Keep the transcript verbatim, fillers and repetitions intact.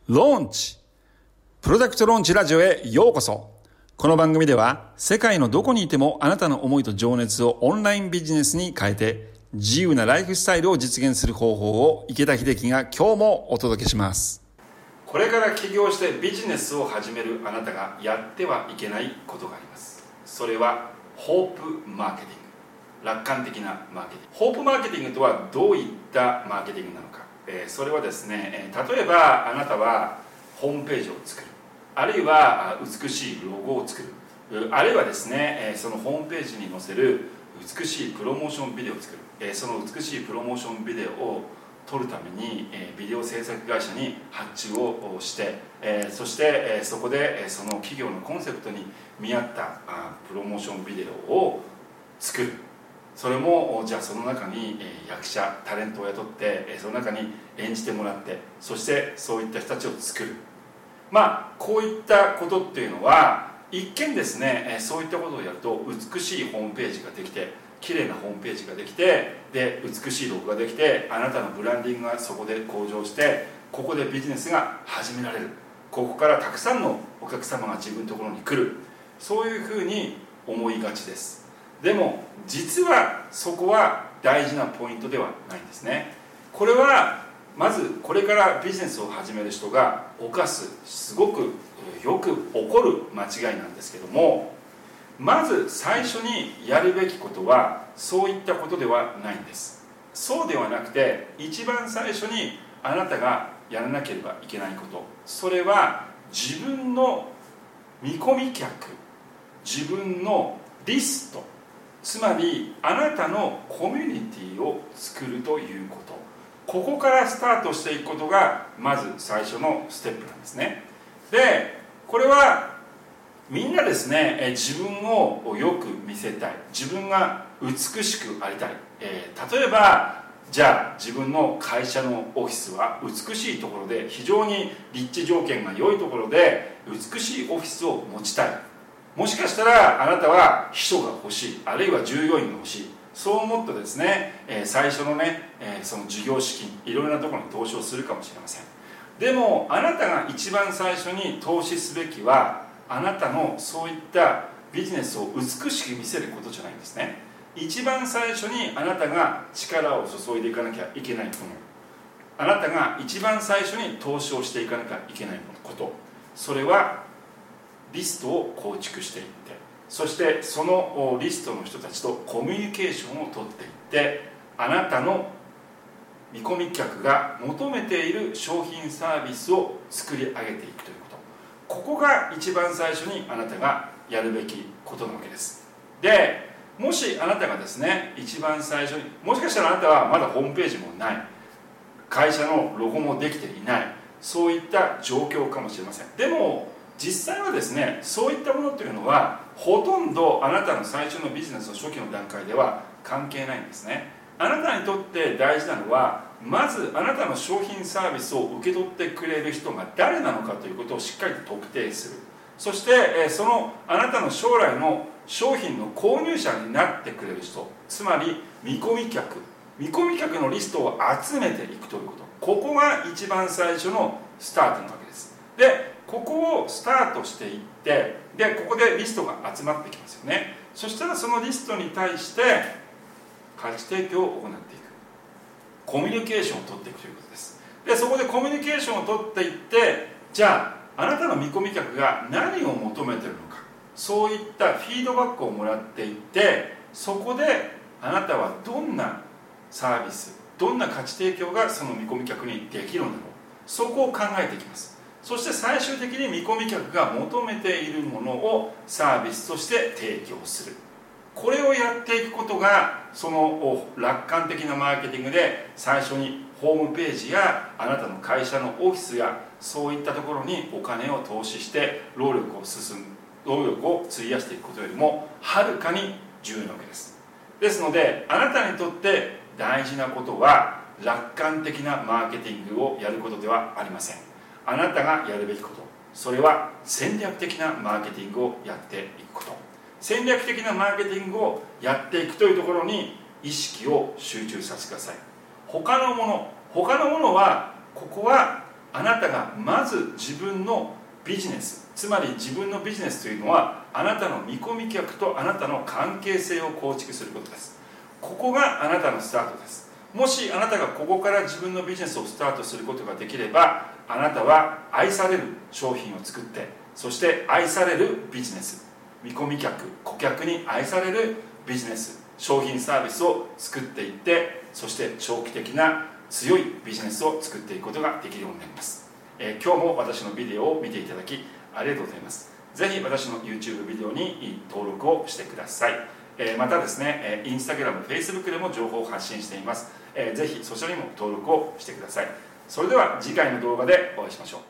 ローンチプロダクトローンチラジオへようこそ。この番組では世界のどこにいてもあなたの思いと情熱をオンラインビジネスに変えて自由なライフスタイルを実現する方法を池田秀樹が今日もお届けします。これから起業してビジネスを始めるあなたがやってはいけないことがあります。それはホープマーケティング、楽観的なマーケティング。ホープマーケティングとはどういったマーケティングなのか。えー、それはですね、例えばあなたはホームページを作る、あるいは美しいロゴを作る、あるいはですね、そのホームページに載せる美しいプロモーションビデオを作る、その美しいプロモーションビデオを撮るためにビデオ制作会社に発注をして、そしてそこでその企業のコンセプトに見合ったプロモーションビデオを作る。それもじゃあその中に役者タレントを雇ってその中に演じてもらって、そしてそういった人たちを作る。まあこういったことっていうのは一見ですね、そういったことをやると美しいホームページができて、綺麗なホームページができて、で美しいロゴができて、あなたのブランディングがそこで向上して、ここでビジネスが始められる。ここからたくさんのお客様が自分のところに来る。そういうふうに思いがちです。でも実はそこは大事なポイントではないんですね。これはまずこれからビジネスを始める人が犯すすごくよく起こる間違いなんですけども、まず最初にやるべきことはそういったことではないんです。そうではなくて、一番最初にあなたがやらなければいけないこと、それは自分の見込み客、自分のリスト、つまりあなたのコミュニティを作るということ、ここからスタートしていくことがまず最初のステップなんですね。でこれはみんなですね、自分をよく見せたい、自分が美しくありたい、えー、例えばじゃあ自分の会社のオフィスは美しいところで、非常に立地条件が良いところで美しいオフィスを持ちたい。もしかしたらあなたは秘書が欲しい、あるいは従業員が欲しい、そう思ってですね、えー、最初のね、えー、その事業資金、いろいろなところに投資をするかもしれません。でもあなたが一番最初に投資すべきは、あなたのそういったビジネスを美しく見せることじゃないんですね。一番最初にあなたが力を注いでいかなきゃいけないもの、あなたが一番最初に投資をしていかなきゃいけないこと、それはリストを構築していって、そしてそのリストの人たちとコミュニケーションをとっていって、あなたの見込み客が求めている商品サービスを作り上げていくということ、ここが一番最初にあなたがやるべきことなわけです。でもしあなたがですね、一番最初に、もしかしたらあなたはまだホームページもない、会社のロゴもできていない、そういった状況かもしれません。でも実際はですね、そういったものというのはほとんどあなたの最初のビジネスの初期の段階では関係ないんですね。あなたにとって大事なのは、まずあなたの商品サービスを受け取ってくれる人が誰なのかということをしっかりと特定する。そしてそのあなたの将来の商品の購入者になってくれる人、つまり見込み客、見込み客のリストを集めていくということ、ここが一番最初のスタートなわけです。でここをスタートしていって、でここでリストが集まってきますよね。そしたらそのリストに対して価値提供を行っていく、コミュニケーションを取っていくということです。でそこでコミュニケーションを取っていって、じゃああなたの見込み客が何を求めているのか、そういったフィードバックをもらっていって、そこであなたはどんなサービス、どんな価値提供がその見込み客にできるのだろう、そこを考えていきます。そして最終的に見込み客が求めているものをサービスとして提供する。これをやっていくことが、その楽観的なマーケティングで最初にホームページやあなたの会社のオフィスやそういったところにお金を投資して労力を進む労力を費やしていくことよりもはるかに重要なわけです。ですのであなたにとって大事なことは楽観的なマーケティングをやることではありません。あなたがやるべきこと、それは戦略的なマーケティングをやっていくこと、戦略的なマーケティングをやっていくというところに意識を集中させてください。他のもの他のものはここはあなたがまず自分のビジネス、つまり自分のビジネスというのはあなたの見込み客とあなたの関係性を構築することです。ここがあなたのスタートです。もしあなたがここから自分のビジネスをスタートすることができれば、あなたは愛される商品を作って、そして愛されるビジネス、見込み客、顧客に愛されるビジネス、商品サービスを作っていって、そして長期的な強いビジネスを作っていくことができるようになります。えー、今日も私のビデオを見ていただきありがとうございます。ぜひ私の YouTube ビデオに登録をしてください。えー、またですね、インスタグラム、Facebook でも情報を発信しています。えー、ぜひそちらにも登録をしてください。それでは次回の動画でお会いしましょう。